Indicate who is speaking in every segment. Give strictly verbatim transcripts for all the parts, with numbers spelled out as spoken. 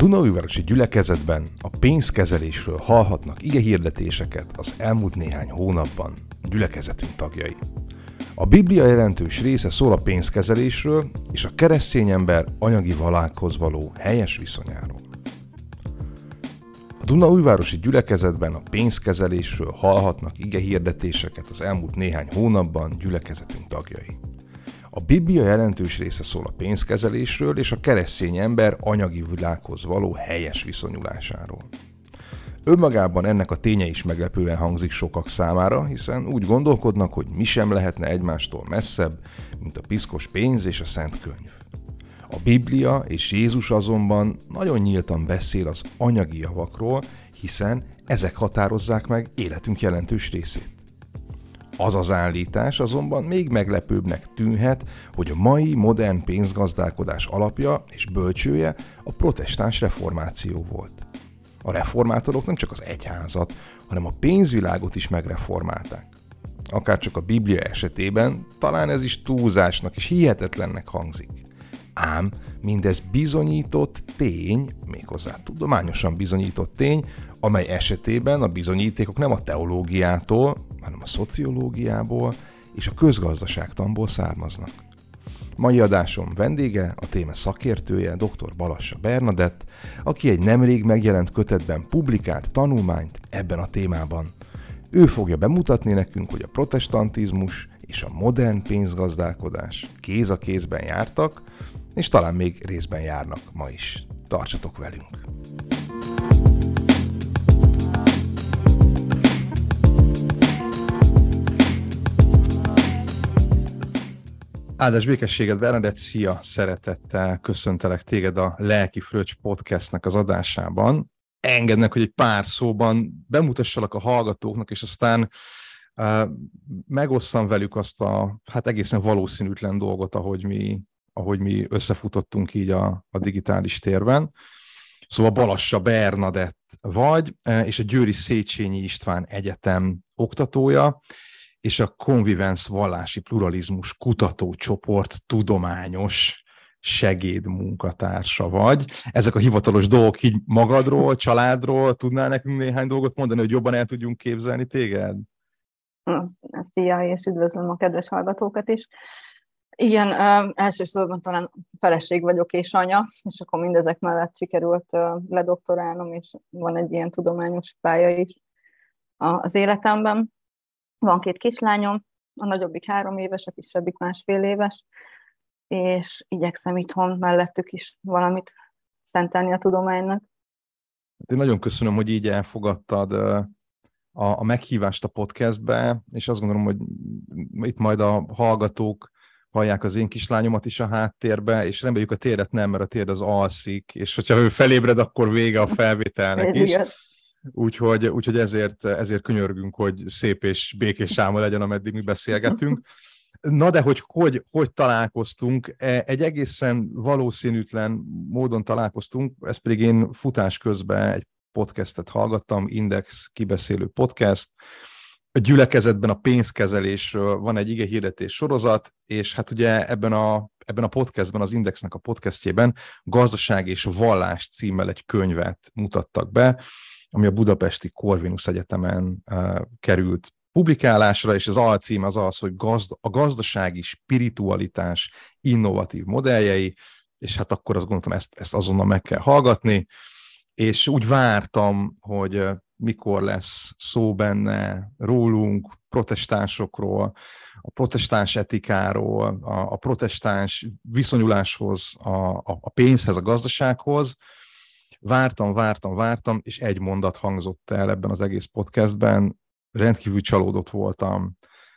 Speaker 1: Dunaújvárosi gyülekezetben a pénzkezelésről hallhatnak igehirdetéseket az elmúlt néhány hónapban gyülekezetünk tagjai. A Biblia jelentős része szól a pénzkezelésről és a keresztény ember anyagi világhoz való helyes viszonyáról. A Dunaújvárosi gyülekezetben a pénzkezelésről hallhatnak igehirdetéseket az elmúlt néhány hónapban gyülekezetünk tagjai. A Biblia jelentős része szól a pénzkezelésről és a keresztény ember anyagi világhoz való helyes viszonyulásáról. Önmagában ennek a ténye is meglepően hangzik sokak számára, hiszen úgy gondolkodnak, hogy mi sem lehetne egymástól messzebb, mint a piszkos pénz és a szent könyv. A Biblia és Jézus azonban nagyon nyíltan beszél az anyagi javakról, hiszen ezek határozzák meg életünk jelentős részét. Az az állítás azonban még meglepőbbnek tűnhet, hogy a mai modern pénzgazdálkodás alapja és bölcsője a protestáns reformáció volt. A reformátorok nem csak az egyházat, hanem a pénzvilágot is megreformálták. Akárcsak a Biblia esetében talán ez is túlzásnak és hihetetlennek hangzik. Ám mindez bizonyított tény, méghozzá tudományosan bizonyított tény, amely esetében a bizonyítékok nem a teológiától, hanem a szociológiából és a közgazdaságtanból származnak. Mai adásom vendége, a téma szakértője, dr. Balassa Bernadett, aki egy nemrég megjelent kötetben publikált tanulmányt ebben a témában. Ő fogja bemutatni nekünk, hogy a protestantizmus és a modern pénzgazdálkodás kéz a kézben jártak, és talán még részben járnak ma is. Tartsatok velünk! Áldás békességet, Bernadett, szia! Szeretettel köszöntelek téged a Lelki Fröccs podcastnek az adásában. Engednek, hogy egy pár szóban bemutassalak a hallgatóknak, és aztán uh, megosszam velük azt a hát egészen valószínűtlen dolgot, ahogy mi, ahogy mi összefutottunk így a, a digitális térben. Szóval Balassa Bernadett vagy, és a Győri Széchenyi István Egyetem oktatója, és a Convivence vallási pluralizmus kutatócsoport tudományos segédmunkatársa vagy. Ezek a hivatalos dolgok így magadról, családról tudnál nekünk néhány dolgot mondani, hogy jobban el tudjunk képzelni téged?
Speaker 2: Szia, és üdvözlöm a kedves hallgatókat is. Igen, elsősorban talán feleség vagyok és anya, és akkor mindezek mellett sikerült ledoktorálnom, és van egy ilyen tudományos pálya is az életemben. Van két kislányom, a nagyobbik három éves, a kisebbik másfél éves, és igyekszem itthon mellettük is valamit szentelni a tudománynak.
Speaker 1: Én nagyon köszönöm, hogy így elfogadtad a, a meghívást a podcastbe, és azt gondolom, hogy itt majd a hallgatók hallják az én kislányomat is a háttérbe, és reméljük a térdet nem, mert a térd az alszik, és hogyha ő felébred, akkor vége a felvételnek is. Úgyhogy, úgyhogy ezért, ezért könyörgünk, hogy szép és békés álma legyen, ameddig mi beszélgetünk. Na de hogy, hogy hogy találkoztunk? Egy egészen valószínűtlen módon találkoztunk, ez pedig én futás közben egy podcastet hallgattam, Index kibeszélő podcast. A gyülekezetben a pénzkezelésről van egy igehirdetés sorozat, és hát ugye ebben a, ebben a podcastben, az Indexnek a podcastjében Gazdaság és Vallás címmel egy könyvet mutattak be, ami a Budapesti Corvinus Egyetemen uh, került publikálásra, és az alcím az az, hogy gazd- a gazdasági spiritualitás innovatív modelljei, és hát akkor azt gondoltam, ezt, ezt azonnal meg kell hallgatni, és úgy vártam, hogy uh, mikor lesz szó benne rólunk, protestánsokról, a protestáns etikáról, a, a protestáns viszonyuláshoz, a, a, a pénzhez, a gazdasághoz. Vártam, vártam, vártam, és egy mondat hangzott el ebben az egész podcastben. Rendkívül csalódott voltam.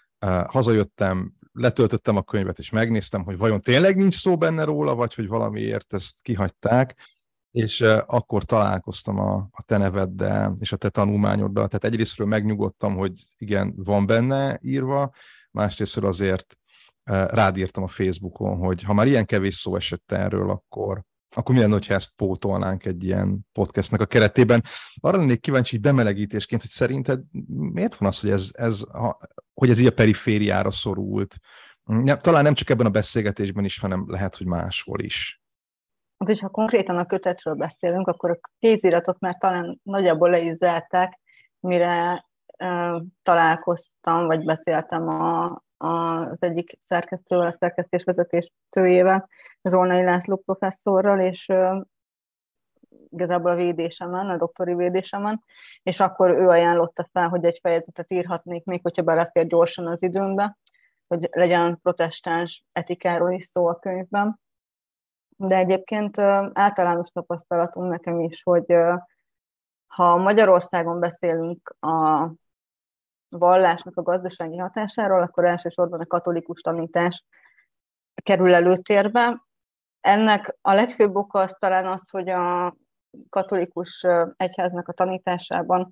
Speaker 1: Hazajöttem, letöltöttem a könyvet, és megnéztem, hogy vajon tényleg nincs szó benne róla, vagy hogy valamiért ezt kihagyták, és akkor találkoztam a, a te neveddel és a te tanulmányoddal. Tehát egyrésztről megnyugodtam, hogy igen, van benne írva, másrésztről azért rád írtam a Facebookon, hogy ha már ilyen kevés szó esett erről, akkor akkor mi lenne, hogyha ezt pótolnánk egy ilyen podcastnek a keretében. Arra lennék kíváncsi bemelegítésként, hogy szerinted miért van az, hogy ez, ez, hogy ez így a perifériára szorult? Talán nem csak ebben a beszélgetésben is, hanem lehet, hogy máshol is.
Speaker 2: Hát, hogyha konkrétan a kötetről beszélünk, akkor a kéziratot már talán nagyjából le is zárták, mire uh, találkoztam, vagy beszéltem a, a, az egyik szerkesztővel, a szerkesztésvezetés tőjével, Zolnai László professzorral, és uh, igazából a védésemen, a doktori védésemen, és akkor ő ajánlotta fel, hogy egy fejezetet írhatnék még, hogyha belefér gyorsan az időmbe, hogy legyen protestáns etikáról is szó a könyvben. De egyébként általános tapasztalatunk nekem is, hogy ha Magyarországon beszélünk a vallásnak a gazdasági hatásáról, akkor elsősorban a katolikus tanítás kerül előtérbe. Ennek a legfőbb oka az talán az, hogy a katolikus egyháznak a tanításában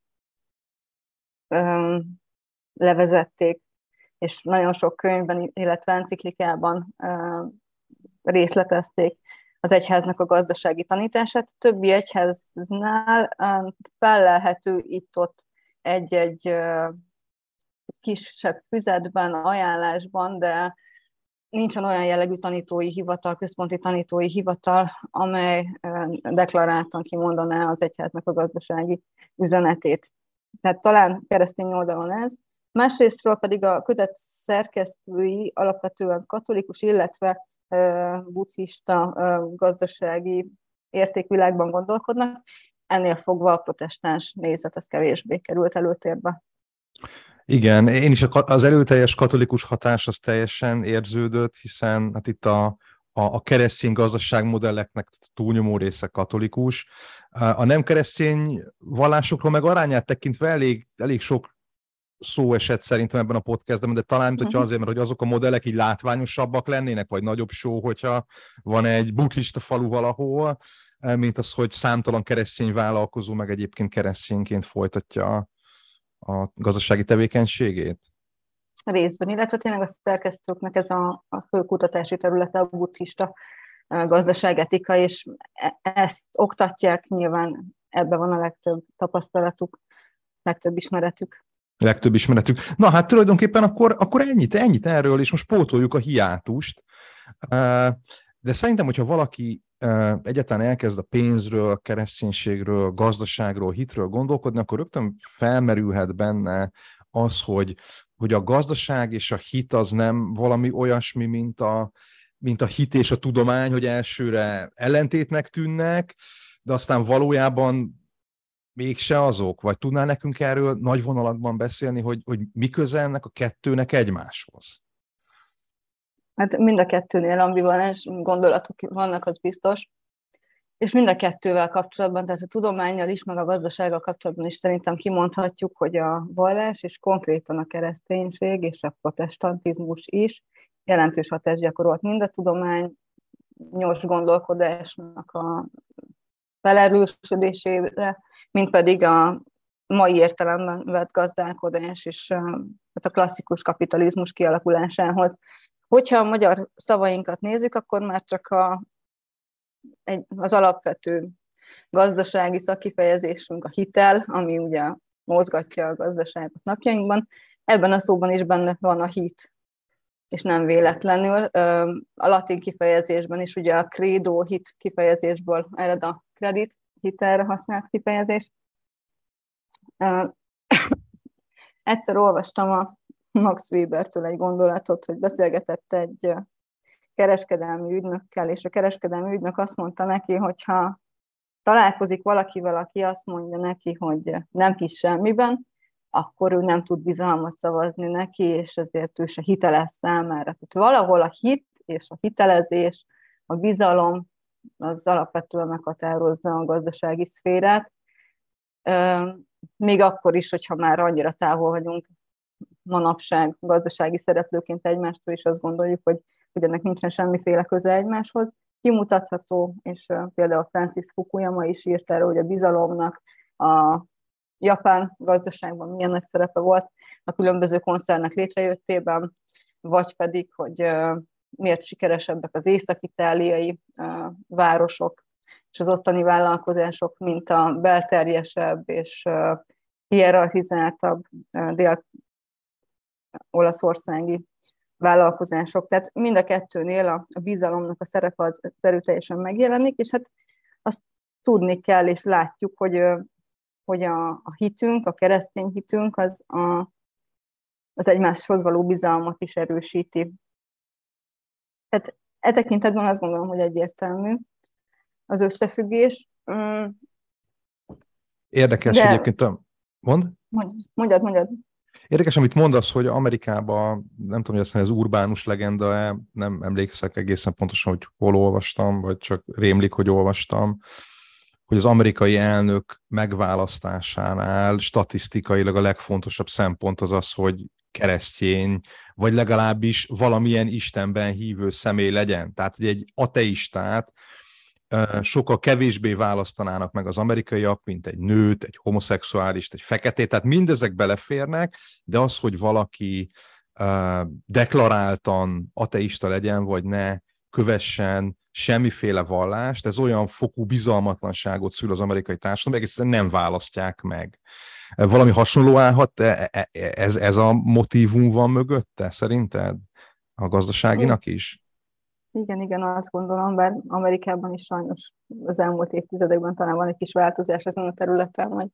Speaker 2: levezették, és nagyon sok könyvben, illetve enciklikában részletezték az egyháznak a gazdasági tanítását. A többi egyháznál fellelhető itt-ott egy-egy kisebb füzetben, ajánlásban, de nincsen olyan jellegű tanítói hivatal, központi tanítói hivatal, amely deklaráltan kimondaná az egyháznak a gazdasági üzenetét. Tehát talán keresztény oldalon ez. Másrésztről pedig a kötet szerkesztői alapvetően katolikus, illetve buddhista gazdasági értékvilágban gondolkodnak, ennél fogva a protestáns nézet ez kevésbé került előtérbe.
Speaker 1: Igen, én is az előteljes katolikus hatás az teljesen érződött, hiszen hát itt a, a, a keresztény gazdaságmodelleknek túlnyomó része katolikus. A nem keresztény vallásokról meg arányát tekintve elég, elég sok szó esett szerintem ebben a podcastben, de talán, mint hogyha azért, mert hogy azok a modellek így látványosabbak lennének, vagy nagyobb show, hogyha van egy buddhista falu valahol, mint az, hogy számtalan keresztény vállalkozó meg egyébként keresztényként folytatja a gazdasági tevékenységét.
Speaker 2: Részben, illetve tényleg a szerkesztőknek ez a, a fő kutatási területe a buddhista gazdaságetika, és ezt oktatják, nyilván ebben van a legtöbb tapasztalatuk, legtöbb ismeretük.
Speaker 1: Legtöbb ismeretük. Na hát tulajdonképpen akkor, akkor ennyit, ennyit erről, és most pótoljuk a hiátust. De szerintem, hogyha valaki egyáltalán elkezd a pénzről, kereszténységről, gazdaságról, hitről gondolkodni, akkor rögtön felmerülhet benne az, hogy, hogy a gazdaság és a hit az nem valami olyasmi, mint a, mint a hit és a tudomány, hogy elsőre ellentétnek tűnnek, de aztán valójában mégse azok? Vagy tudnál nekünk erről nagy vonalakban beszélni, hogy, hogy mi köze ennek a kettőnek egymáshoz?
Speaker 2: Hát mind a kettőnél ambivalens gondolatok vannak, az biztos. És mind a kettővel kapcsolatban, tehát a tudománnyal is, meg a gazdasággal kapcsolatban is szerintem kimondhatjuk, hogy a vallás, és konkrétan a kereszténység és a protestantizmus is jelentős hatást gyakorolt mind a tudományos gondolkodásnak a felerősödésére, mint pedig a mai értelemben vett gazdálkodás és a klasszikus kapitalizmus kialakulásához. Hogyha a magyar szavainkat nézzük, akkor már csak a, egy, az alapvető gazdasági szakkifejezésünk a hitel, ami ugye mozgatja a gazdaságot napjainkban. Ebben a szóban is benne van a hit, és nem véletlenül. A latin kifejezésben is ugye a credo hit kifejezésből ered a kredit, hitelre használt kifejezés. Egyszer olvastam a Max Webertől egy gondolatot, hogy beszélgetett egy kereskedelmi ügynökkel, és a kereskedelmi ügynök azt mondta neki, hogyha találkozik valakivel, aki azt mondja neki, hogy nem hisz semmiben, akkor ő nem tud bizalmat szavazni neki, és ezért ő se hiteles számára. Tehát valahol a hit és a hitelezés, a bizalom, az alapvetően meghatározza a gazdasági szférát. Még akkor is, hogyha már annyira távol vagyunk manapság gazdasági szereplőként egymástól, és azt gondoljuk, hogy, hogy ennek nincsen semmiféle köze egymáshoz. Kimutatható, és például Francis Fukuyama is írt erről, hogy a bizalomnak a japán gazdaságban milyen nagy szerepe volt a különböző koncernek létrejöttében, vagy pedig, hogy miért sikeresebbek az észak-itáliai városok és az ottani vállalkozások, mint a belterjesebb és hierarchizáltabb dél-olaszországi vállalkozások. Tehát mind a kettőnél a, a bizalomnak a szerepe az, az erőteljesen megjelenik, és hát azt tudni kell, és látjuk, hogy, hogy a, a hitünk, a keresztény hitünk az, a, az egymáshoz való bizalmat is erősíti. Tehát e tekintetben azt gondolom, hogy egyértelmű az összefüggés.
Speaker 1: Érdekes
Speaker 2: De...
Speaker 1: egyébként a... Mond?
Speaker 2: Mondjad, mondjad.
Speaker 1: Érdekes, amit mondasz, hogy Amerikában, nem tudom, hogy ezt az urbánus legenda-e, nem emlékszek egészen pontosan, hogy hol olvastam, vagy csak rémlik, hogy olvastam, hogy az amerikai elnök megválasztásánál statisztikailag a legfontosabb szempont az az, hogy keresztény, vagy legalábbis valamilyen Istenben hívő személy legyen. Tehát, hogy egy ateistát sokkal kevésbé választanának meg az amerikaiak, mint egy nőt, egy homoszexuálist, egy feketét, tehát mindezek beleférnek, de az, hogy valaki uh, deklaráltan ateista legyen, vagy ne kövessen semmiféle vallást, ez olyan fokú bizalmatlanságot szül az amerikai társadalom, egészen nem választják meg. Valami hasonló állhat, ez, ez a motívum van mögötte, szerinted? A gazdaságinak is?
Speaker 2: Igen, igen, azt gondolom, bár Amerikában is sajnos az elmúlt évtizedekben talán van egy kis változás ezen a területen, hogy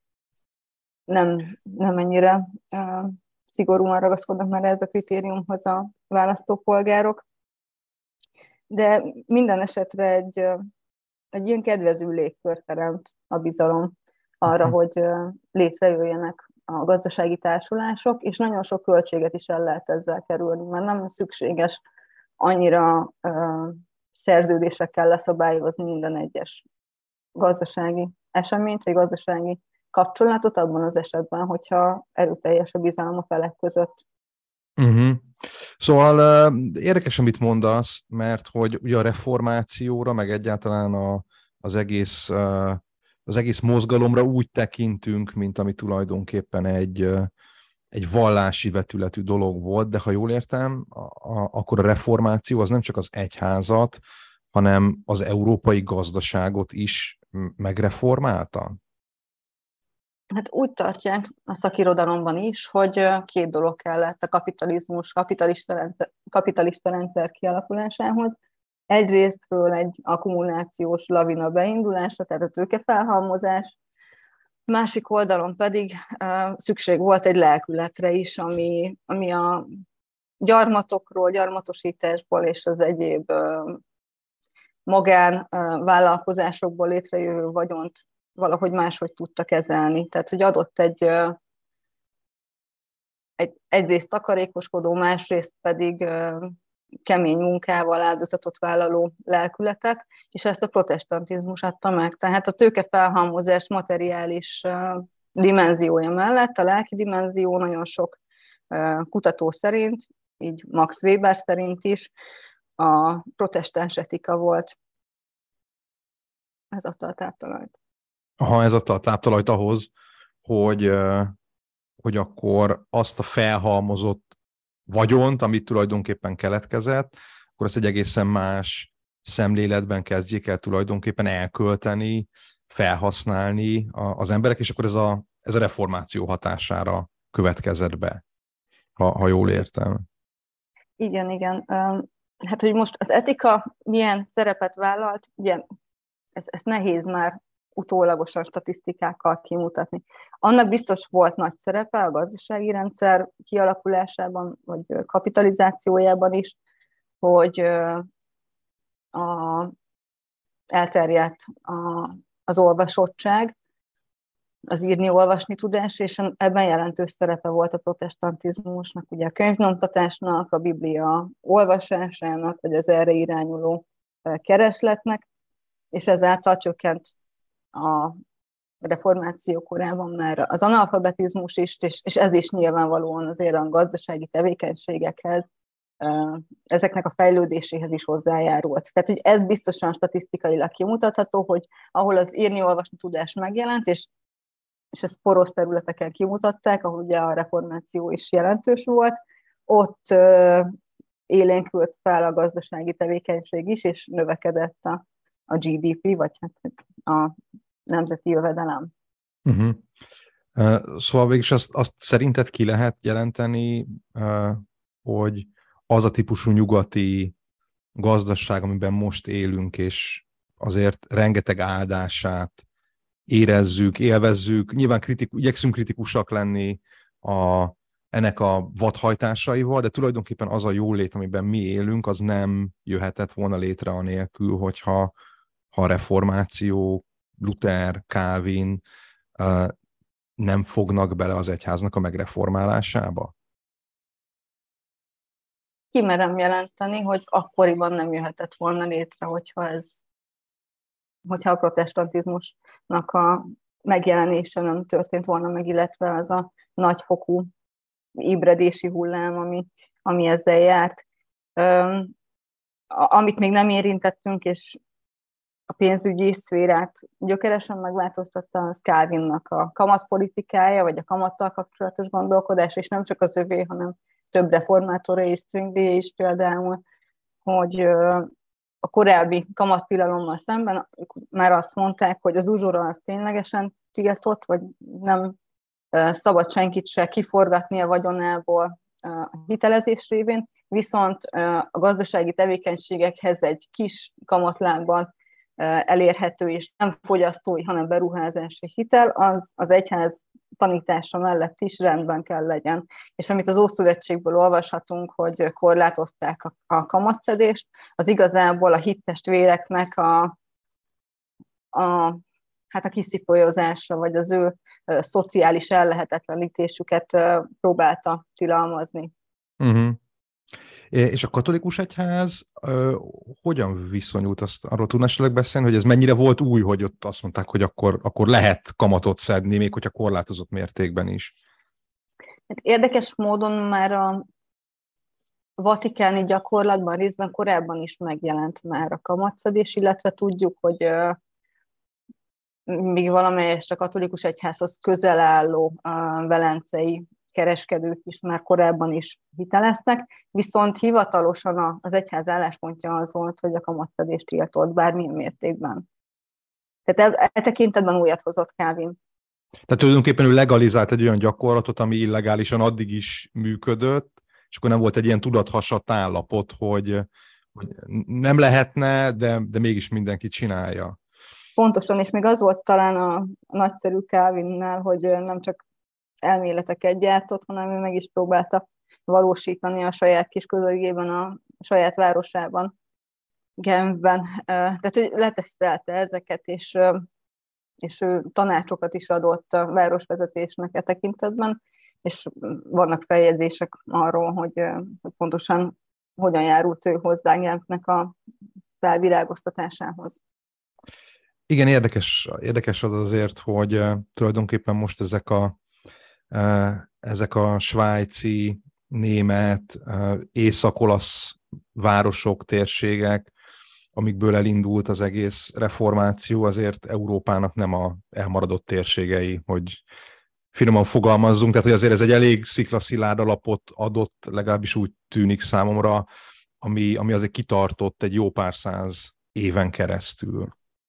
Speaker 2: nem, nem ennyire uh, szigorúan ragaszkodnak már ez a kritériumhoz a választópolgárok. De minden esetre egy, egy ilyen kedvező légkört teremt a bizalom arra, uh-huh. hogy uh, létrejöjjenek a gazdasági társulások, és nagyon sok költséget is el lehet ezzel kerülni, mert nem szükséges annyira uh, szerződésekkel leszabályozni minden egyes gazdasági eseményt, vagy gazdasági kapcsolatot abban az esetben, hogyha erőteljes a bizalom a felek között.
Speaker 1: Uh-huh. Szóval uh, érdekes, amit mondasz, mert hogy ugye a reformációra, meg egyáltalán a, az, egész, uh, az egész mozgalomra úgy tekintünk, mint ami tulajdonképpen egy uh, egy vallási vetületű dolog volt, de ha jól értem, a, a, akkor a reformáció az nem csak az egyházat, hanem az európai gazdaságot is megreformálta?
Speaker 2: Hát úgy tartják a szakirodalomban is, hogy két dolog kellett a kapitalizmus, kapitalista rendszer, kapitalista rendszer kialakulásához. Egyrésztről egy akkumulációs lavina beindulása, tehát a tőkefelhalmozás, másik oldalon pedig uh, szükség volt egy lelkületre is, ami, ami a gyarmatokról, gyarmatosításból és az egyéb uh, magán uh, vállalkozásokból létrejövő vagyont valahogy máshogy tudta kezelni. Tehát, hogy adott egy, uh, egy egyrészt takarékoskodó, másrészt pedig uh, kemény munkával áldozatot vállaló lelkületet, és ezt a protestantizmus adta meg. Tehát a tőkefelhalmozás materiális uh, dimenziója mellett a lelki dimenzió nagyon sok uh, kutató szerint, így Max Weber szerint is, a protestáns etika volt. Ez adta a táptalajt.
Speaker 1: Aha, ez adta a táptalajt ahhoz, hogy, uh, hogy akkor azt a felhalmozott vagyont, amit tulajdonképpen keletkezett, akkor ezt egy egészen más szemléletben kezdjék el tulajdonképpen elkölteni, felhasználni az emberek, és akkor ez a, ez a reformáció hatására következett be, ha, ha jól értem.
Speaker 2: Igen, igen. Hát, hogy most az etika milyen szerepet vállalt, ugye ez, ez nehéz már utólagosan statisztikákkal kimutatni. Annak biztos volt nagy szerepe a gazdasági rendszer kialakulásában, vagy kapitalizációjában is, hogy a, elterjedt a, az olvasottság, az írni-olvasni tudás, és ebben jelentős szerepe volt a protestantizmusnak, ugye a könyvnyomtatásnak, a Biblia olvasásának, vagy az erre irányuló keresletnek, és ezáltal csökkent a reformáció korában már az analfabetizmus is, és, és ez is nyilvánvalóan azért a gazdasági tevékenységekhez, ezeknek a fejlődéséhez is hozzájárult. Tehát, hogy ez biztosan statisztikailag kimutatható, hogy ahol az írni-olvasni tudás megjelent, és, és ezt poros területeken kimutatták, ahol ugye a reformáció is jelentős volt, ott élénkült fel a gazdasági tevékenység is, és növekedett a, a gé dé pé, vagy hát a nemzeti jövedelem.
Speaker 1: Uh-huh. Uh, szóval végülis azt, azt szerinted ki lehet jelenteni, uh, hogy az a típusú nyugati gazdaság, amiben most élünk, és azért rengeteg áldását érezzük, élvezzük, nyilván kritik, igyekszünk kritikusak lenni a, ennek a vadhajtásaival, de tulajdonképpen az a jólét, amiben mi élünk, az nem jöhetett volna létre anélkül, hogyha ha a reformáció, Luther, Calvin uh, nem fognak bele az egyháznak a megreformálásába?
Speaker 2: Kimerem jelenteni, hogy akkoriban nem jöhetett volna létre, hogyha ez, hogyha a protestantizmusnak a megjelenése nem történt volna meg, illetve az a nagyfokú ébredési hullám, ami, ami ezzel járt. Um, amit még nem érintettünk, és a pénzügyi szférát gyökeresen megváltoztatta, az Calvinnak a kamatpolitikája, vagy a kamattal kapcsolatos gondolkodás, és nem csak az övé, hanem több reformátora és Zwingli is például, hogy a korábbi kamattilalommal szemben már azt mondták, hogy az uzsora az ténylegesen tiltott, vagy nem szabad senkit se kiforgatni a vagyonából a hitelezés révén, viszont a gazdasági tevékenységekhez egy kis kamatlábban elérhető és nem fogyasztói, hanem beruházási hitel, az az egyház tanítása mellett is rendben kell legyen. És amit az Ószövetségből olvashatunk, hogy korlátozták a, a kamatszedést, az igazából a hittestvéreknek a, a, hát a kiszipolyozásra, vagy az ő uh, szociális ellehetetlenítésüket uh, próbálta tilalmazni.
Speaker 1: Uh-huh. És a katolikus egyház uh, hogyan viszonyult? Azt arról tudnál esetleg beszélni, hogy ez mennyire volt új, hogy ott azt mondták, hogy akkor, akkor lehet kamatot szedni, még hogyha korlátozott mértékben is?
Speaker 2: Hát érdekes módon már a vatikáni gyakorlatban részben korábban is megjelent már a kamatszedés, illetve tudjuk, hogy uh, még valamelyest a katolikus egyházhoz közel álló uh, velencei kereskedők is már korábban is hiteleztek, viszont hivatalosan az egyház álláspontja az volt, hogy a kamatszedést tiltott bármilyen mértékben. Tehát e, e tekintetben újat hozott Calvin.
Speaker 1: Tehát tulajdonképpen ő legalizált egy olyan gyakorlatot, ami illegálisan addig is működött, és akkor nem volt egy ilyen tudathasadt állapot, hogy, hogy nem lehetne, de, de mégis mindenki csinálja.
Speaker 2: Pontosan, és még az volt talán a, a nagyszerű Calvinnál, hogy nem csak elméleteket gyártott, hanem ő meg is próbálta valósítani a saját kis közösségében, a saját városában, Genfben. Tehát, hogy letesztelte ezeket, és, és ő tanácsokat is adott a városvezetésnek e tekintetben, és vannak feljegyzések arról, hogy, hogy pontosan hogyan járult ő hozzá Genfnek a felvirágoztatásához.
Speaker 1: Igen, érdekes, érdekes az azért, hogy uh, tulajdonképpen most ezek a uh, ezek a svájci, német, uh, észak-olasz városok, térségek, amikből elindult az egész reformáció, azért Európának nem a elmaradott térségei, hogy finoman fogalmazzunk, tehát hogy azért ez egy elég sziklaszilárd alapot adott, legalábbis úgy tűnik számomra, ami, ami azért kitartott egy jó pár száz éven keresztül.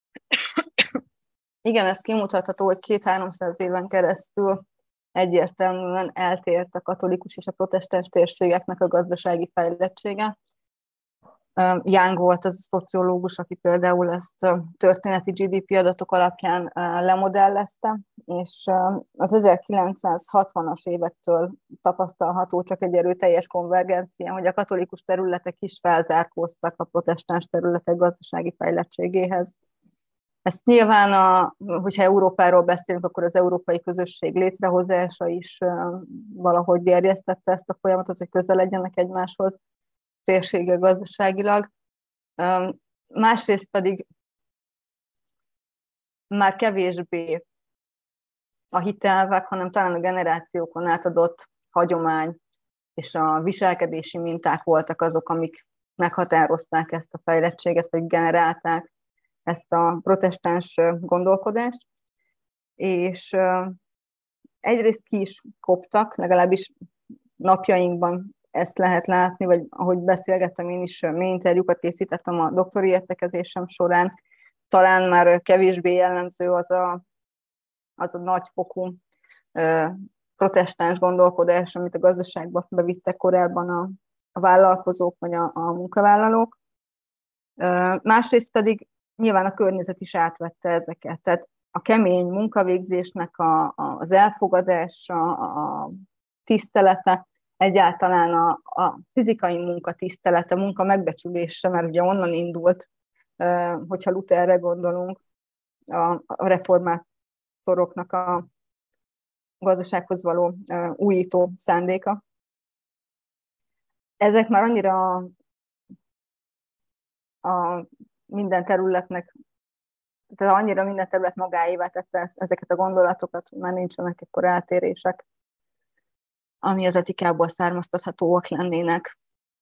Speaker 2: Igen, ez kimutatható, hogy két-háromszáz éven keresztül egyértelműen eltért a katolikus és a protestáns térségeknek a gazdasági fejlettsége. Young volt az a szociológus, aki például ezt történeti gé dé pé adatok alapján lemodellezte, és az ezerkilencszázhatvanas évektől tapasztalható csak egy erőteljes konvergencia, hogy a katolikus területek is felzárkóztak a protestáns területek gazdasági fejlettségéhez. Ezt nyilván, a, hogyha Európáról beszélünk, akkor az európai közösség létrehozása is valahogy gerjesztette ezt a folyamatot, hogy közel legyenek egymáshoz térsége gazdaságilag. Másrészt pedig már kevésbé a hitelvek, hanem talán a generációkon átadott hagyomány és a viselkedési minták voltak azok, amik meghatározták ezt a fejlettséget, vagy generálták ezt a protestáns gondolkodást, és egyrészt ki is koptak, legalábbis napjainkban ezt lehet látni, vagy ahogy beszélgettem, én is mély interjúkat készítettem a doktori értekezésem során, talán már kevésbé jellemző az a, az a nagyfokú protestáns gondolkodás, amit a gazdaságba bevittek korábban a a vállalkozók vagy a, a munkavállalók. Másrészt pedig nyilván a környezet is átvette ezeket. Tehát a kemény munkavégzésnek a, a, az elfogadása, a tisztelete, egyáltalán a, a fizikai munka tisztelete, munka megbecsülése, mert ugye onnan indult, hogyha Lutherre gondolunk, a, a reformátoroknak a gazdasághoz való újító szándéka. Ezek már annyira a, a minden területnek, tehát annyira minden terület magáévá tette ezeket a gondolatokat, hogy már nincsenek ekkor eltérések, ami az etikából származtathatóak lennének.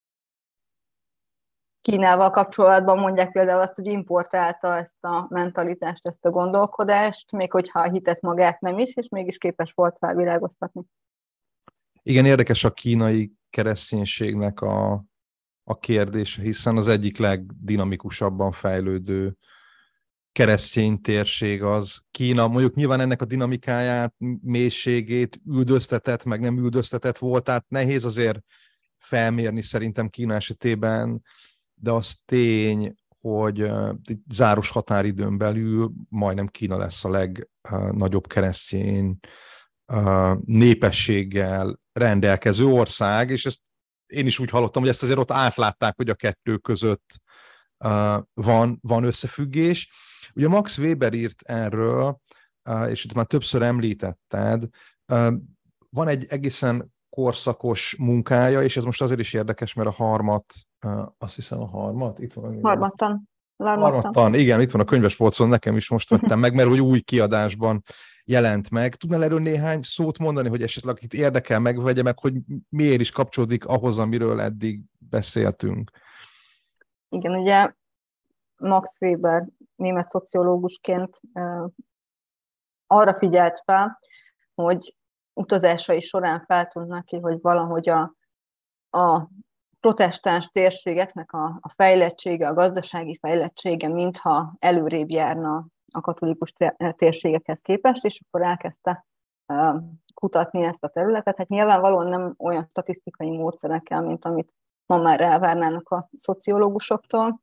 Speaker 2: Kínával kapcsolatban mondják például azt, hogy importálta ezt a mentalitást, ezt a gondolkodást, még hogyha a hitet magát nem is, és mégis képes volt felvilágoztatni.
Speaker 1: Igen, érdekes a kínai kereszténységnek a, a kérdése, hiszen az egyik legdinamikusabban fejlődő keresztény térség az Kína. Mondjuk nyilván ennek a dinamikáját, mélységét, üldöztetett, meg nem üldöztetett volt, tehát nehéz azért felmérni szerintem Kína esetében, de az tény, hogy uh, záros határidőn belül majdnem Kína lesz a legnagyobb keresztény uh, népességgel rendelkező ország, és ezt én is úgy hallottam, hogy ezt azért ott átlátták, hogy a kettő között uh, van, van összefüggés. Ugye Max Weber írt erről, uh, és itt már többször említetted, uh, van egy egészen korszakos munkája, és ez most azért is érdekes, mert a harmat, uh, azt hiszem a harmat, itt van.
Speaker 2: Harmattan.
Speaker 1: Harmattan, igen, itt van a könyvespolcon, nekem is most vettem meg, mert hogy új kiadásban jelent meg. Tudnál erről néhány szót mondani, hogy esetleg akit érdekel, megvegye meg, hogy miért is kapcsolódik ahhoz, amiről eddig beszéltünk?
Speaker 2: Igen, ugye Max Weber német szociológusként uh, arra figyelt fel, hogy utazásai során feltűnt neki, hogy valahogy a, a protestáns térségeknek a, a fejlettsége, a gazdasági fejlettsége mintha előrébb járna a katolikus térségekhez képest, és akkor elkezdte uh, kutatni ezt a területet. Hát nyilvánvalóan nem olyan statisztikai módszerekkel, mint amit ma már elvárnának a szociológusoktól.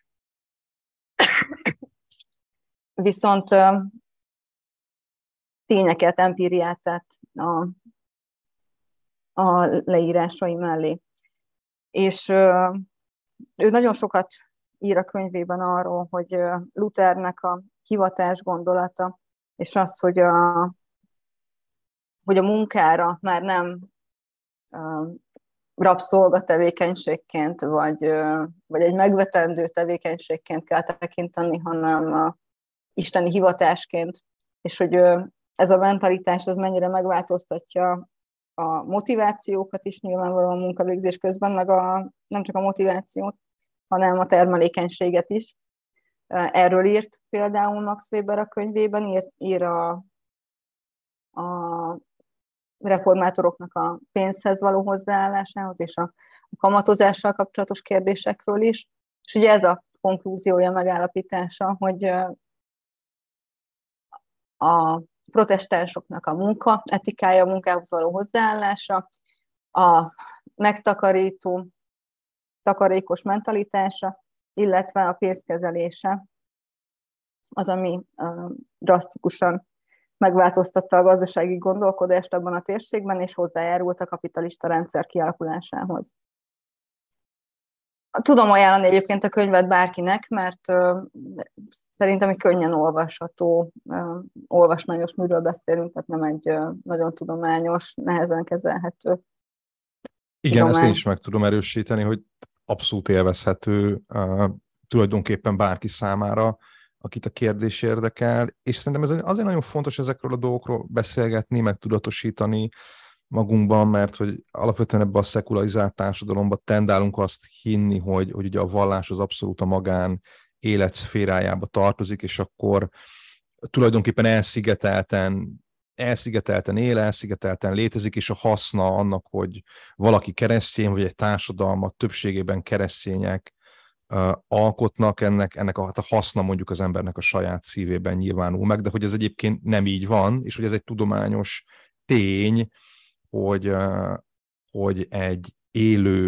Speaker 2: Viszont uh, tényeket, empíriát tett a, a leírásai mellé. És uh, ő nagyon sokat ír a könyvében arról, hogy uh, Luthernek a hivatás gondolata, és az, hogy a, hogy a munkára már nem uh, rabszolgatevékenységként, vagy, uh, vagy egy megvetendő tevékenységként kell tekinteni, hanem uh, isteni hivatásként, és hogy uh, ez a mentalitás az mennyire megváltoztatja a motivációkat is nyilvánvalóan a munkavégzés közben, meg a, nem csak a motivációt, hanem a termelékenységet is. Erről írt például Max Weber a könyvében, ír, ír a, a reformátoroknak a pénzhez való hozzáállásához és a, a kamatozással kapcsolatos kérdésekről is. És ugye ez a konklúziója, megállapítása, hogy a protestánsoknak a munka etikája, a munkához való hozzáállása, a megtakarító, takarékos mentalitása, illetve a pénzkezelése az, ami uh, drasztikusan megváltoztatta a gazdasági gondolkodást abban a térségben, és hozzájárult a kapitalista rendszer kialakulásához. Tudom ajánlani egyébként a könyvet bárkinek, mert uh, szerintem egy könnyen olvasható, uh, olvasmányos műről beszélünk, tehát nem egy uh, nagyon tudományos, nehezen kezelhető.
Speaker 1: Igen, tudomány. Ezt én is meg tudom erősíteni, hogy abszolút élvezhető uh, tulajdonképpen bárki számára, akit a kérdés érdekel, és szerintem ez azért nagyon fontos ezekről a dolgokról beszélgetni, meg tudatosítani magunkban, mert hogy alapvetően ebben a szekularizált társadalomban tendálunk azt hinni, hogy, hogy ugye a vallás az abszolút a magán életszférájába tartozik, és akkor tulajdonképpen elszigetelten, elszigetelten él, elszigetelten létezik, és a haszna annak, hogy valaki keresztény, vagy egy társadalmat többségében keresztények uh, alkotnak, ennek, ennek a, a haszna mondjuk az embernek a saját szívében nyilvánul meg, de hogy ez egyébként nem így van, és hogy ez egy tudományos tény, hogy, uh, hogy egy élő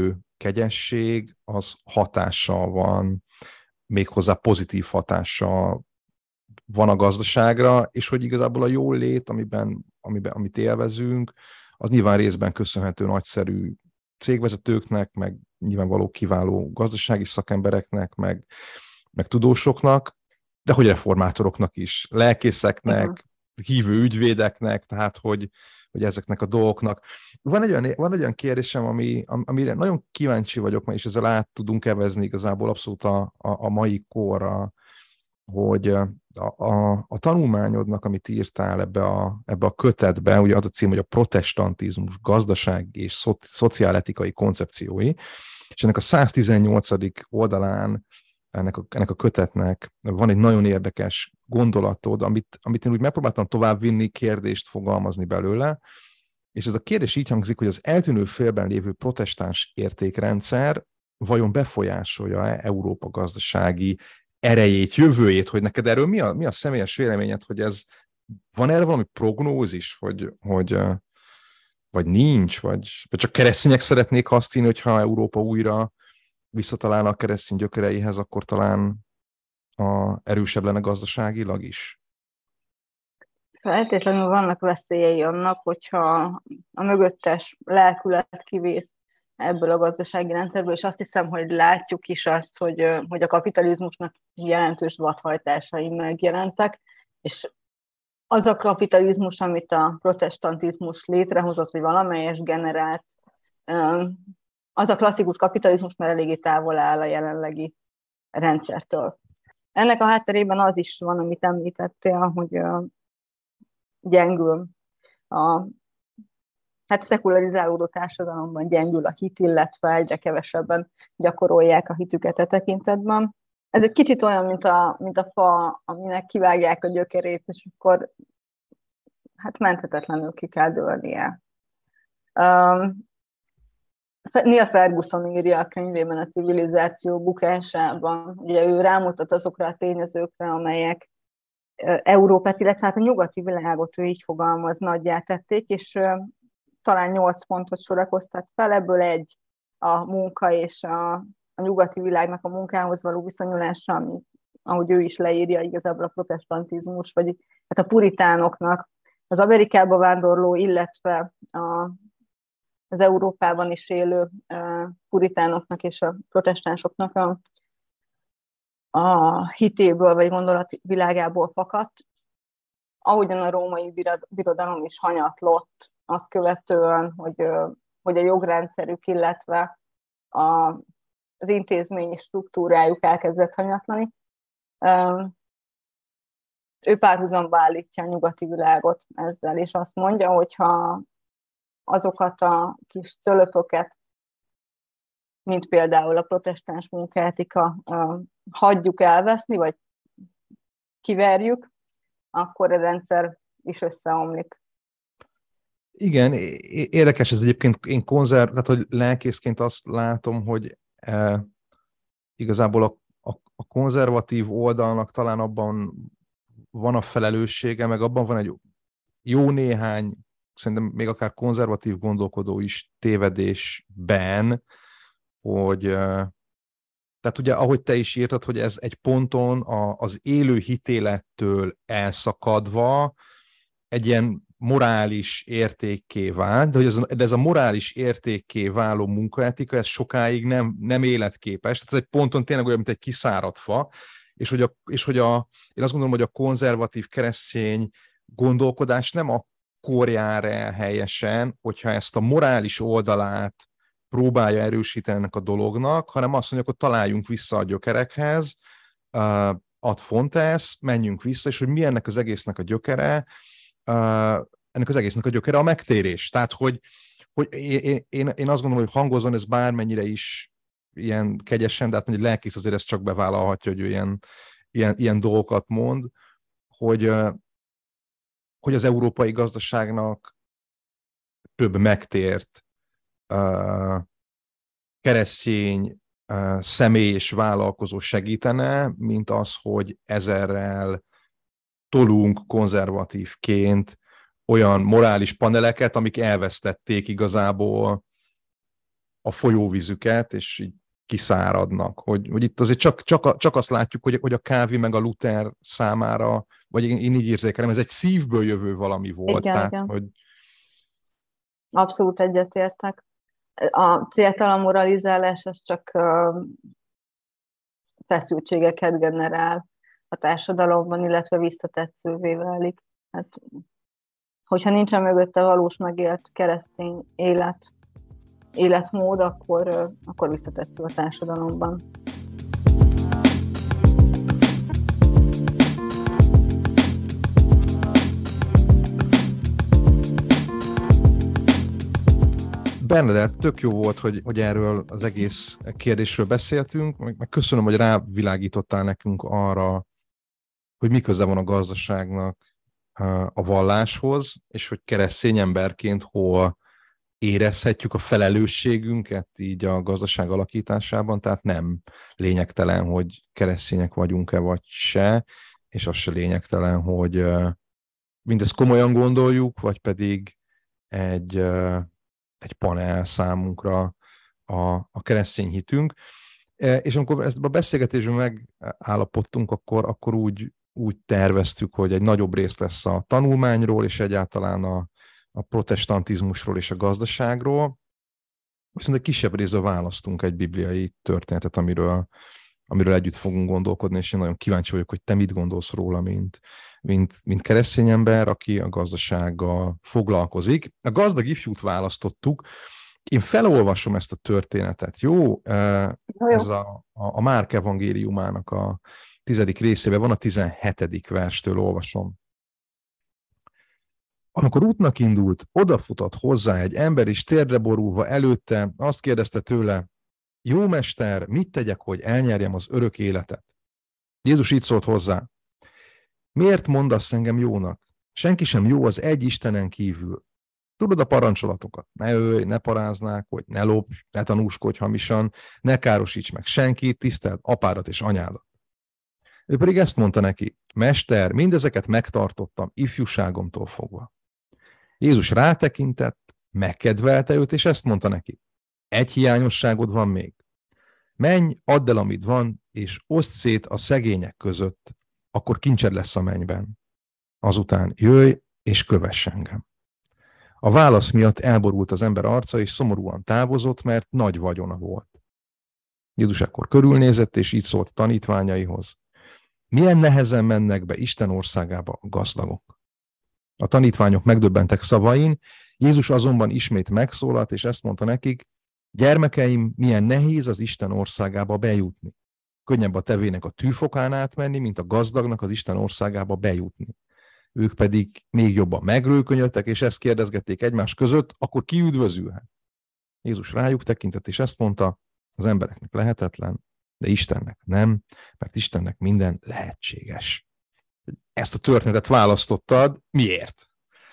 Speaker 1: kegyesség az hatással van, méghozzá pozitív hatással van a gazdaságra, és hogy igazából a jólét, amiben, amiben, amit élvezünk, az nyilván részben köszönhető nagyszerű cégvezetőknek, meg nyilvánvaló kiváló gazdasági szakembereknek, meg, meg tudósoknak, de hogy reformátoroknak is, lelkészeknek, uh-huh. hívő ügyvédeknek, tehát hogy, hogy ezeknek a dolgoknak. Van egy olyan, van egy olyan kérdésem, ami, amire nagyon kíváncsi vagyok, és ezzel át tudunk evezni igazából abszolút a, a, a mai korra, hogy a, a, a tanulmányodnak, amit írtál ebbe a, ebbe a kötetbe, ugye az a cím, hogy a protestantizmus gazdasági és szo, szociáletikai koncepciói, és ennek a száztizennyolcadik oldalán ennek a, ennek a kötetnek van egy nagyon érdekes gondolatod, amit, amit én úgy megpróbáltam továbbvinni, kérdést fogalmazni belőle, és ez a kérdés így hangzik, hogy az eltűnő félben lévő protestáns értékrendszer vajon befolyásolja-e Európa gazdasági erejét, jövőjét, hogy neked erről mi a, mi a személyes véleményed, hogy ez, van erre valami prognózis, hogy, hogy vagy nincs, vagy, vagy csak keresztények szeretnék azt hinni, hogyha Európa újra visszatalálna a keresztény gyökereihez, akkor talán a, erősebb lenne gazdaságilag is?
Speaker 2: Feltétlenül vannak veszélyei annak, hogyha a mögöttes lelkület kivész ebből a gazdasági rendszerből, és azt hiszem, hogy látjuk is azt, hogy, hogy a kapitalizmusnak jelentős vadhajtásai megjelentek, és az a kapitalizmus, amit a protestantizmus létrehozott, vagy valamelyes generált, az a klasszikus kapitalizmus már eléggé távol áll a jelenlegi rendszertől. Ennek a hátterében az is van, amit említettél, hogy gyengül a hát szekularizálódó társadalomban gyengül a hit, illetve egyre kevesebben gyakorolják a hitüket e tekintetben. Ez egy kicsit olyan, mint a, mint a fa, aminek kivágják a gyökerét, és akkor hát menthetetlenül ki kell dőlnie. Um, Neil Ferguson írja a könyvében a civilizáció bukásában, ugye ő rámutat azokra a tényezőkre, amelyek Európát, illetve hát a nyugati világot ő így fogalmaz, nagyjá tették, és talán nyolc pontot sorakoztat fel, ebből egy a munka és a, a nyugati világnak a munkához való viszonyulása, ami, ahogy ő is leírja, igazából a protestantizmus, vagy hát a puritánoknak, az Amerikába vándorló, illetve a, az Európában is élő uh, puritánoknak és a protestánsoknak a, a hitéből, vagy gondolatvilágából fakadt, ahogyan a római birodalom is hanyatlott, azt követően, hogy, hogy a jogrendszerük, illetve a, az intézményi struktúrájuk elkezdett hanyatlani. Ő párhuzamba állítja a nyugati világot ezzel, és azt mondja, hogyha azokat a kis cölöpöket, mint például a protestáns munkaetika, hagyjuk elveszni, vagy kiverjük, akkor a rendszer is összeomlik.
Speaker 1: Igen, érdekes ez egyébként, én konzerv, tehát hogy lelkészként azt látom, hogy eh, igazából a, a, a konzervatív oldalnak talán abban van a felelőssége, meg abban van egy jó néhány, szerintem még akár konzervatív gondolkodó is tévedésben, hogy eh, tehát ugye, ahogy te is írtad, hogy ez egy ponton a, az élő hitélettől elszakadva egy ilyen morális értékké vált, de, hogy ez, de ez a morális értékké váló munkaetika, ez sokáig nem, nem életképes. Tehát ez egy ponton tényleg olyan, mint egy kiszáradt fa, és hogy, a, és hogy a, én azt gondolom, hogy a konzervatív keresztény gondolkodás nem akkor jár el helyesen, hogyha ezt a morális oldalát próbálja erősíteni ennek a dolognak, hanem azt mondja, hogy találjunk vissza a gyökerekhez, ad fontes, menjünk vissza, és hogy mi ennek az egésznek a gyökere, ennek az egésznek a gyökere a megtérés. Tehát, hogy, hogy én, én, én azt gondolom, hogy hangozzon ez bármennyire is ilyen kegyesen, de hát egy lelkész azért ezt csak bevállalhatja, hogy ő ilyen, ilyen, ilyen dolgokat mond, hogy, hogy az európai gazdaságnak több megtért uh, keresztény uh, személy és vállalkozó segítene, mint az, hogy ezerrel tolunk konzervatívként olyan morális paneleket, amik elvesztették igazából a folyóvízüket, és így kiszáradnak. Hogy, hogy itt azért csak, csak, csak azt látjuk, hogy, hogy a Calvin meg a Luther számára, vagy én, én így érzékelem, ez egy szívből jövő valami volt.
Speaker 2: Igen,
Speaker 1: Tehát,
Speaker 2: igen.
Speaker 1: hogy...
Speaker 2: Abszolút egyetértek. A céltalan moralizálás az csak feszültségeket generál a társadalomban, illetve visszatetszővé válik. Hát, hogyha nincsen mögötte valós megélt keresztény élet, életmód, akkor, akkor visszatetsző a társadalomban.
Speaker 1: Bernadett, tök jó volt, hogy, hogy erről az egész kérdésről beszéltünk, meg köszönöm, hogy rávilágítottál nekünk arra, hogy mi köze van a gazdaságnak a valláshoz, és hogy keresztény emberként hol érezhetjük a felelősségünket így a gazdaság alakításában, tehát nem lényegtelen, hogy keresztények vagyunk-e vagy se, és az se lényegtelen, hogy mindezt komolyan gondoljuk, vagy pedig egy, egy panel számunkra a, a keresztény hitünk. És amikor ezt a beszélgetésben megállapodtunk, akkor, akkor úgy, úgy terveztük, hogy egy nagyobb rész lesz a tanulmányról, és egyáltalán a, a protestantizmusról és a gazdaságról. Viszont egy kisebb részből választunk egy bibliai történetet, amiről, amiről együtt fogunk gondolkodni, és én nagyon kíváncsi vagyok, hogy te mit gondolsz róla, mint, mint, mint keresztény ember, aki a gazdasággal foglalkozik. A gazdag ifjút választottuk. Én felolvasom ezt a történetet, jó? Ez a, a, a Márk evangéliumának a tizedik részében van, a tizenhetedik verstől olvasom. Amikor útnak indult, odafutott hozzá egy ember, és térdre borulva előtte, azt kérdezte tőle: jó mester, mit tegyek, hogy elnyerjem az örök életet? Jézus így szólt hozzá: miért mondasz engem jónak? Senki sem jó az egy Istenen kívül. Tudod a parancsolatokat: ne ölj, ne paráznák, hogy ne lopj, ne tanúskodj hamisan, ne károsíts meg senkit, tiszteld apádat és anyádat. Ő pedig ezt mondta neki: mester, mindezeket megtartottam ifjúságomtól fogva. Jézus rátekintett, megkedvelte őt, és ezt mondta neki: egy hiányosságod van még. Menj, add el, amit van, és oszd szét a szegények között, akkor kincsed lesz a mennyben. Azután jöjj, és kövess engem. A válasz miatt elborult az ember arca, és szomorúan távozott, mert nagy vagyona volt. Jézus ekkor körülnézett, és így szólt tanítványaihoz: milyen nehezen mennek be Isten országába a gazdagok. A tanítványok megdöbbentek szavain, Jézus azonban ismét megszólalt, és ezt mondta nekik: gyermekeim, milyen nehéz az Isten országába bejutni. Könnyebb a tevének a tűfokán átmenni, mint a gazdagnak az Isten országába bejutni. Ők pedig még jobban megrőkönyödtek, és ezt kérdezgették egymás között: akkor ki üdvözülhet? Jézus rájuk tekintett, és ezt mondta: az embereknek lehetetlen, de Istennek nem, mert Istennek minden lehetséges. Ezt a történetet választottad. Miért?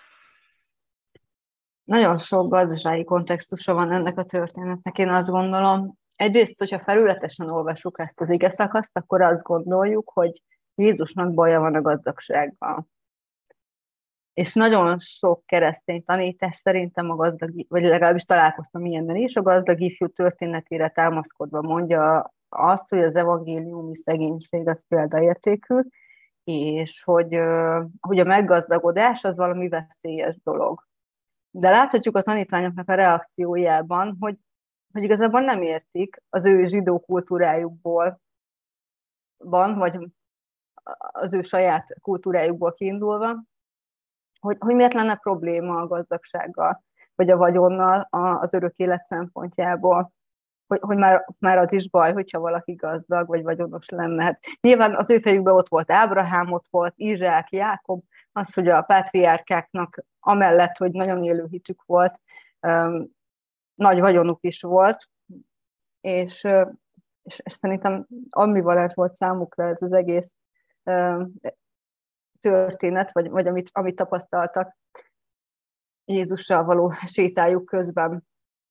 Speaker 2: Nagyon sok gazdasági kontextusa van ennek a történetnek, én azt gondolom. Egyrészt, hogyha felületesen olvasjuk ezt az ige szakaszt, akkor azt gondoljuk, hogy Jézusnak baja van a gazdagsággal. És nagyon sok keresztény tanítás szerintem a gazdag, vagy legalábbis találkoztam ilyennel is, a gazdag ifjú történetére támaszkodva mondja azt, hogy az evangéliumi szegénység az példaértékű, és hogy, hogy a meggazdagodás az valami veszélyes dolog. De láthatjuk a tanítványoknak a reakciójában, hogy, hogy igazából nem értik az ő zsidó kultúrájukból van, vagy az ő saját kultúrájukból kiindulva, hogy, hogy miért lenne probléma a gazdagsággal, vagy a vagyonnal az örök élet szempontjából, hogy, hogy már, már az is baj, hogyha valaki gazdag, vagy vagyonos lenne. Hát nyilván az ő fejükben ott volt Ábrahám, ott volt Izsák, Jákob, az, hogy a pátriárkáknak amellett, hogy nagyon élő hitük volt, um, nagy vagyonuk is volt, és, és, és szerintem ambivalens volt számukra ez az egész um, történet, vagy, vagy amit, amit tapasztaltak Jézussal való sétájuk közben.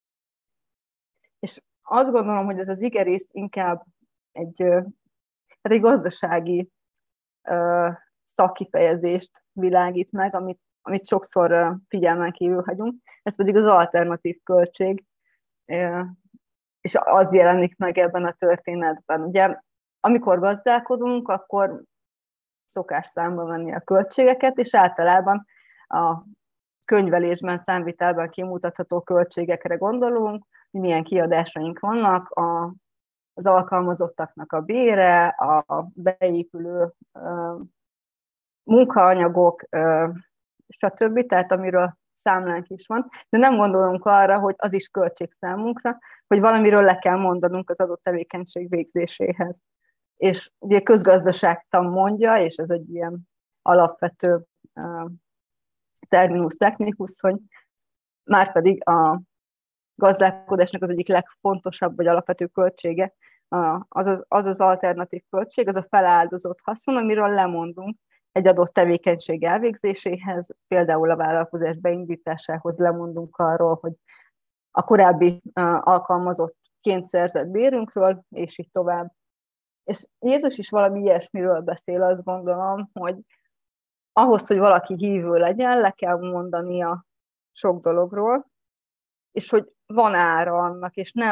Speaker 2: És azt gondolom, hogy ez az igerész inkább egy, hát egy gazdasági uh, szakkifejezést világít meg, amit, amit sokszor uh, figyelmen kívül hagyunk. Ez pedig az alternatív költség. Uh, és az jelenik meg ebben a történetben. Ugye, amikor gazdálkodunk, akkor szokás számba venni a költségeket, és általában a könyvelésben, számvitelben kimutatható költségekre gondolunk, hogy milyen kiadásaink vannak, a, az alkalmazottaknak a bére, a beépülő uh, munkaanyagok, uh, stb., tehát amiről számlánk is van, de nem gondolunk arra, hogy az is költség számunkra, hogy valamiről le kell mondanunk az adott tevékenység végzéséhez. És ugye közgazdaságtan mondja, és ez egy ilyen alapvető uh, terminus technicus, hogy márpedig a gazdálkodásnak az egyik legfontosabb vagy alapvető költsége, az az, az az alternatív költség, az a feláldozott haszon, amiről lemondunk egy adott tevékenység elvégzéséhez, például a vállalkozás beindításához lemondunk arról, hogy a korábbi alkalmazottként szerzett bérünkről, és így tovább. És Jézus is valami ilyesmiről beszél, azt gondolom, hogy ahhoz, hogy valaki hívő legyen, le kell mondania sok dologról, és hogy van ára annak, és nem,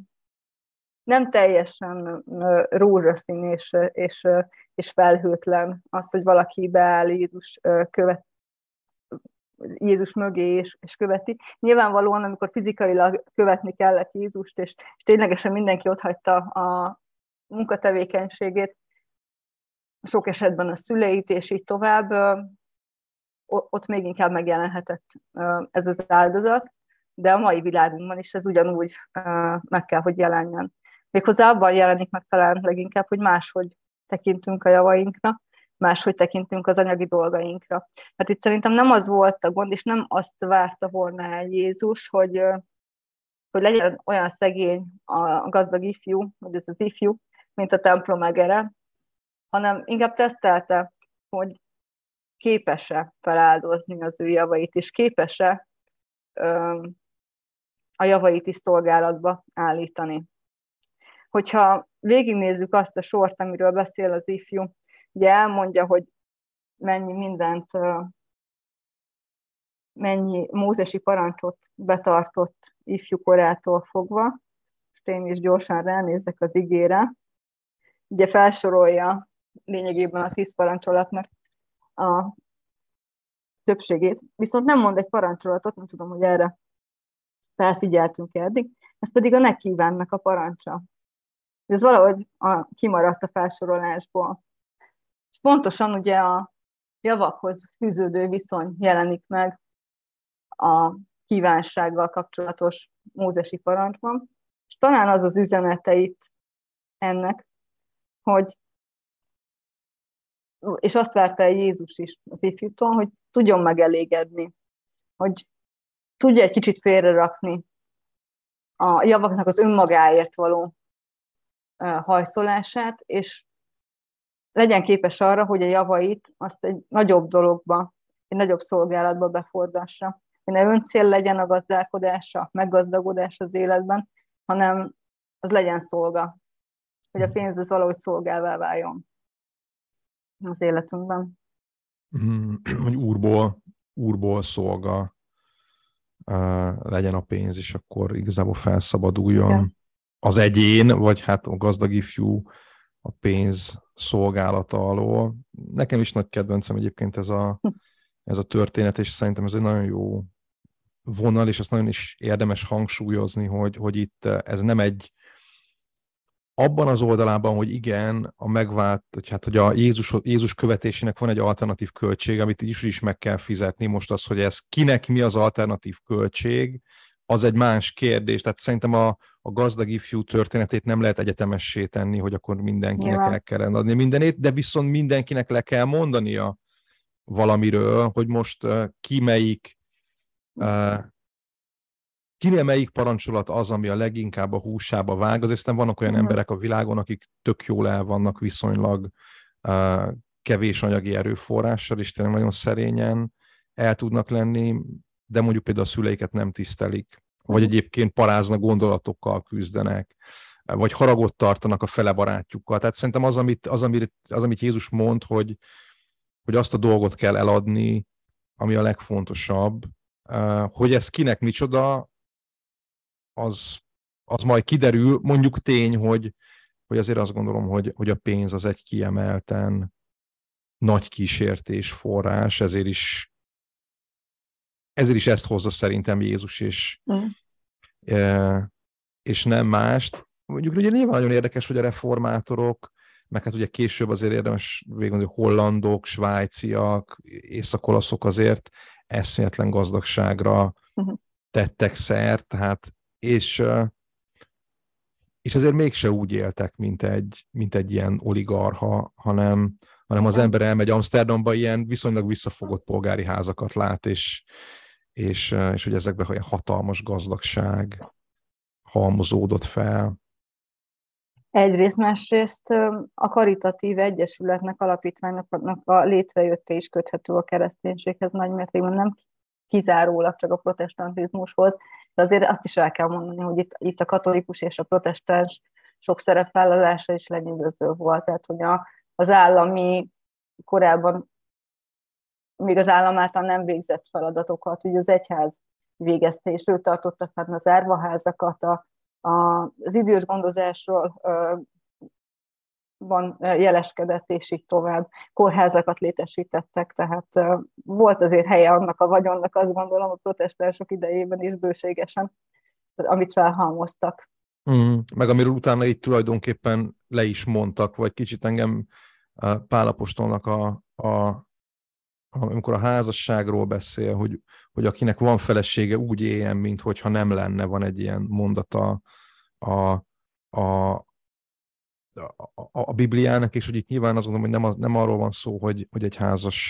Speaker 2: nem teljesen rózsaszín és, és, és felhőtlen az, hogy valaki beáll Jézus, követ, Jézus mögé és, és követi. Nyilvánvalóan, amikor fizikailag követni kellett Jézust, és, és ténylegesen mindenki otthagyta a munkatevékenységét, sok esetben a szüleit, és így tovább, ott még inkább megjelenhetett ez az áldozat, de a mai világunkban is ez ugyanúgy meg kell, hogy jelenjen. Méghozzá abban jelenik meg talán leginkább, hogy máshogy tekintünk a javainkra, máshogy tekintünk az anyagi dolgainkra. Mert itt szerintem nem az volt a gond, és nem azt várta volna el Jézus, hogy, hogy legyen olyan szegény a gazdag ifjú, vagy ez az ifjú, mint a templom egere, hanem inkább tesztelte, hogy képes-e feláldozni az ő javait, és képes-e ö, a javait is szolgálatba állítani. Hogyha végignézzük azt a sort, amiről beszél az ifjú, ugye elmondja, hogy mennyi mindent, ö, mennyi mózesi parancsot betartott ifjú korától fogva, és én is gyorsan ránézek az igére, ugye felsorolja lényegében a tíz parancsolatnak a többségét, viszont nem mond egy parancsolatot, nem tudom, hogy erre felfigyeltünk eddig, ez pedig a ne kívánnak a parancsa. Ez valahogy a, kimaradt a felsorolásból. És pontosan ugye a javakhoz fűződő viszony jelenik meg a kívánsággal kapcsolatos mózesi parancsban, és talán az az üzenete itt ennek, hogy és azt várta el Jézus is az ifjútól, hogy tudjon megelégedni, hogy tudja egy kicsit félrerakni a javaknak az önmagáért való hajszolását, és legyen képes arra, hogy a javait azt egy nagyobb dologba, egy nagyobb szolgálatba befordassa. Hogy ne öncél legyen a gazdálkodása, meggazdagodás az életben, hanem az legyen szolga. Hogy a pénz az valahogy szolgává váljon az életünkben.
Speaker 1: Hogy úrból, úrból szolga uh, legyen a pénz, és akkor igazából felszabaduljon ja. az egyén, vagy hát a gazdag ifjú a pénz szolgálata alól. Nekem is nagy kedvencem egyébként ez a, ez a történet, és szerintem ez egy nagyon jó vonal, és azt nagyon is érdemes hangsúlyozni, hogy, hogy itt ez nem egy abban az oldalában, hogy igen, a megvált, hogy, hát, hogy a Jézus, Jézus követésének van egy alternatív költség, amit is is meg kell fizetni. Most az, hogy ez kinek mi az alternatív költség, az egy más kérdés. Tehát szerintem a, a gazdag ifjú történetét nem lehet egyetemessé tenni, hogy akkor mindenkinek ja. el kell adni mindenét, de viszont mindenkinek le kell mondania valamiről, hogy most uh, ki melyik uh, kinél melyik parancsolat az, ami a leginkább a húsába vág, azért nem vannak olyan emberek a világon, akik tök jól el vannak viszonylag uh, kevés anyagi erőforrással, és tényleg nagyon szerényen el tudnak lenni, de mondjuk például a szüleiket nem tisztelik, vagy egyébként parázna gondolatokkal küzdenek, vagy haragot tartanak a fele barátjukkal. Tehát szerintem az, amit, az, amit, az, amit Jézus mond, hogy, hogy azt a dolgot kell eladni, ami a legfontosabb, uh, hogy ez kinek micsoda, az az majd kiderül. Mondjuk tény, hogy, hogy azért azt gondolom, hogy, hogy a pénz az egy kiemelten nagy kísértés forrás, ezért is, ezért is ezt hozza szerintem Jézus, és,
Speaker 2: Mm.
Speaker 1: e, és nem mást. Mondjuk ugye nyilván nagyon érdekes, hogy a reformátorok, meg hát ugye később azért érdemes végül, hogy hollandok, svájciak, észak-olaszok azért eszméletlen gazdagságra
Speaker 2: Mm.
Speaker 1: tettek szert, tehát és, és azért mégse úgy éltek, mint egy, mint egy ilyen oligarcha, hanem, hanem az ember elmegy Amsterdamba, ilyen viszonylag visszafogott polgári házakat lát, és, és, és hogy ezekben olyan hatalmas gazdagság halmozódott fel.
Speaker 2: Egyrészt, másrészt a karitatív egyesületnek, alapítványnak a létrejötte is köthető a kereszténységhez nagymértékben, nem kizárólag csak a protestantizmushoz, de azért azt is el kell mondani, hogy itt, itt a katolikus és a protestáns sok szerepvállalása is lenyűgöző volt, tehát hogy a, az állami korábban még az állam által nem végzett feladatokat, ugye az egyház végezte, és ő tartotta fenn az árvaházakat, a, a, az idős gondozásról ö, van jeleskedett, és így tovább. Kórházakat létesítettek, tehát ö, volt azért helye annak a vagyonnak, azt gondolom, a protestánsok idejében is bőségesen, amit felhalmoztak.
Speaker 1: Mm, meg amiről utána itt tulajdonképpen le is mondtak, vagy kicsit engem Pál apostolnak a, a amikor a házasságról beszél, hogy, hogy akinek van felesége, úgy éljen, mint hogyha nem lenne, van egy ilyen mondata a, a, a, a Bibliának, és hogy itt nyilván azt gondolom, hogy nem, az, nem arról van szó, hogy, hogy egy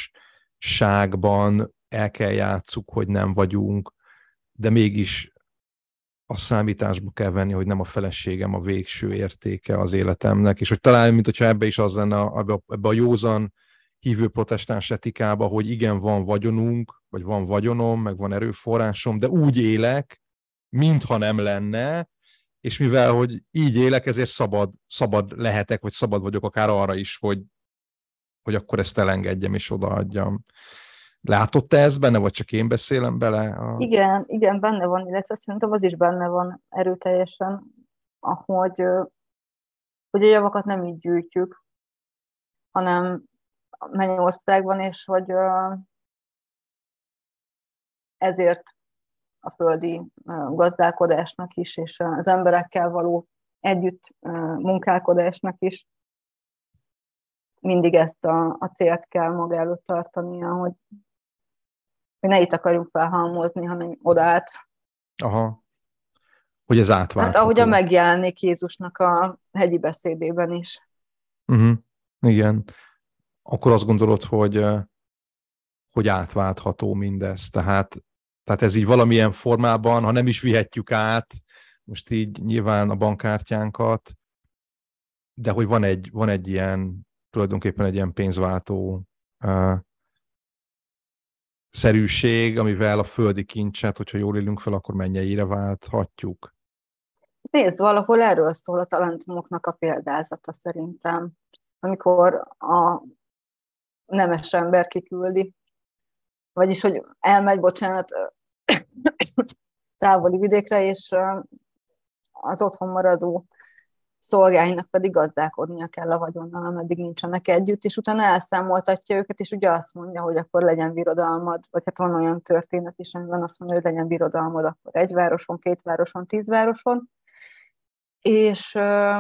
Speaker 1: házasságban el kell játsszuk, hogy nem vagyunk, de mégis a számításba kell venni, hogy nem a feleségem a végső értéke az életemnek, és hogy talán, mint hogyha ebbe is az lenne, ebbe a, ebbe a józan hívő protestáns etikába, hogy igen, van vagyonunk, vagy van vagyonom, meg van erőforrásom, de úgy élek, mintha nem lenne, és mivel, hogy így élek, ezért szabad, szabad lehetek, vagy szabad vagyok akár arra is, hogy, hogy akkor ezt elengedjem és odaadjam. Látott te ezt benne, vagy csak én beszélem bele? A...
Speaker 2: Igen, igen, benne van, illetve szerintem az is benne van erőteljesen, ahogy hogy a javakat nem így gyűjtjük, hanem Mennyországban, és hogy ezért a földi gazdálkodásnak is, és az emberekkel való együtt munkálkodásnak is mindig ezt a, a célt kell maga előtt tartania, hogy, hogy ne itt akarjunk felhalmozni, hanem odaát.
Speaker 1: Aha. Hogy ez átváltható.
Speaker 2: Hát ahogyan megjelenik Jézusnak a hegyi beszédében is.
Speaker 1: Uh-huh. Igen. Akkor azt gondolod, hogy, hogy átváltható mindez. Tehát, tehát ez így valamilyen formában, ha nem is vihetjük át, most így nyilván a bankkártyánkat, de hogy van egy, van egy ilyen, tulajdonképpen egy ilyen pénzváltó uh, szerűség, amivel a földi kincset, hogyha jól élünk fel, akkor mennyeire válthatjuk.
Speaker 2: Nézd, valahol erről szól a talentumoknak a példázata szerintem. Amikor a nemes ember kiküldi, vagyis, hogy elmegy, bocsánat, távoli vidékre, és az otthon maradó szolgáinak pedig gazdálkodnia kell a vagyonnal, ameddig nincsenek együtt, és utána elszámoltatja őket, és ugye azt mondja, hogy akkor legyen birodalmad, vagy hát van olyan történet is, amiben azt mondja, hogy legyen birodalmad akkor egy városon, két városon, tíz városon, és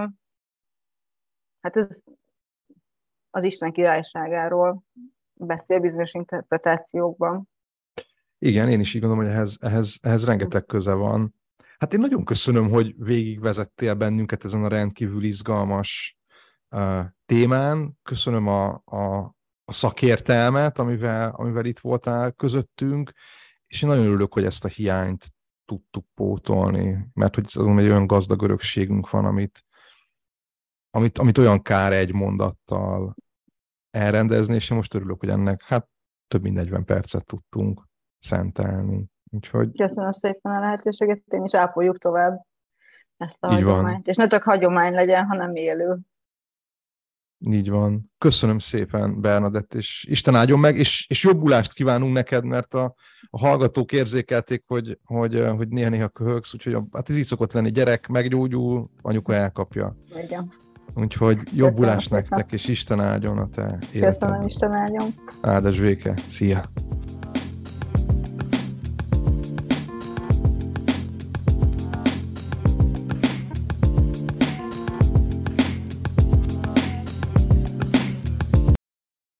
Speaker 2: hát ez az Isten királyságáról beszél bizonyos interpretációkban.
Speaker 1: Igen, én is így gondolom, hogy ehhez, ehhez, ehhez rengeteg köze van. Hát én nagyon köszönöm, hogy végigvezettél bennünket ezen a rendkívül izgalmas uh, témán. Köszönöm a, a, a szakértelmet, amivel, amivel itt voltál közöttünk, és én nagyon örülök, hogy ezt a hiányt tudtuk pótolni, mert hogy egy olyan gazdag örökségünk van, amit, amit, amit olyan kár egy mondattal elrendezni, és én most örülök, hogy ennek hát több mint negyven percet tudtunk szentelni. Úgyhogy...
Speaker 2: Köszönöm szépen a lehetőséget, én is ápoljuk tovább ezt a
Speaker 1: így
Speaker 2: hagyományt.
Speaker 1: Van.
Speaker 2: És ne csak hagyomány legyen, hanem élő.
Speaker 1: Így van. Köszönöm szépen, Bernadett, és Isten áldjon meg, és, és jobbulást kívánunk neked, mert a, a hallgatók érzékelték, hogy, hogy, hogy néha-néha köhögsz, úgyhogy hát ez így szokott lenni, gyerek meggyógyul, anyuka elkapja.
Speaker 2: Igen.
Speaker 1: Úgyhogy jobbulást nektek, és Isten áldjon a te életedben.
Speaker 2: Köszönöm, Isten áldjon.
Speaker 1: Áldás béke. Szia!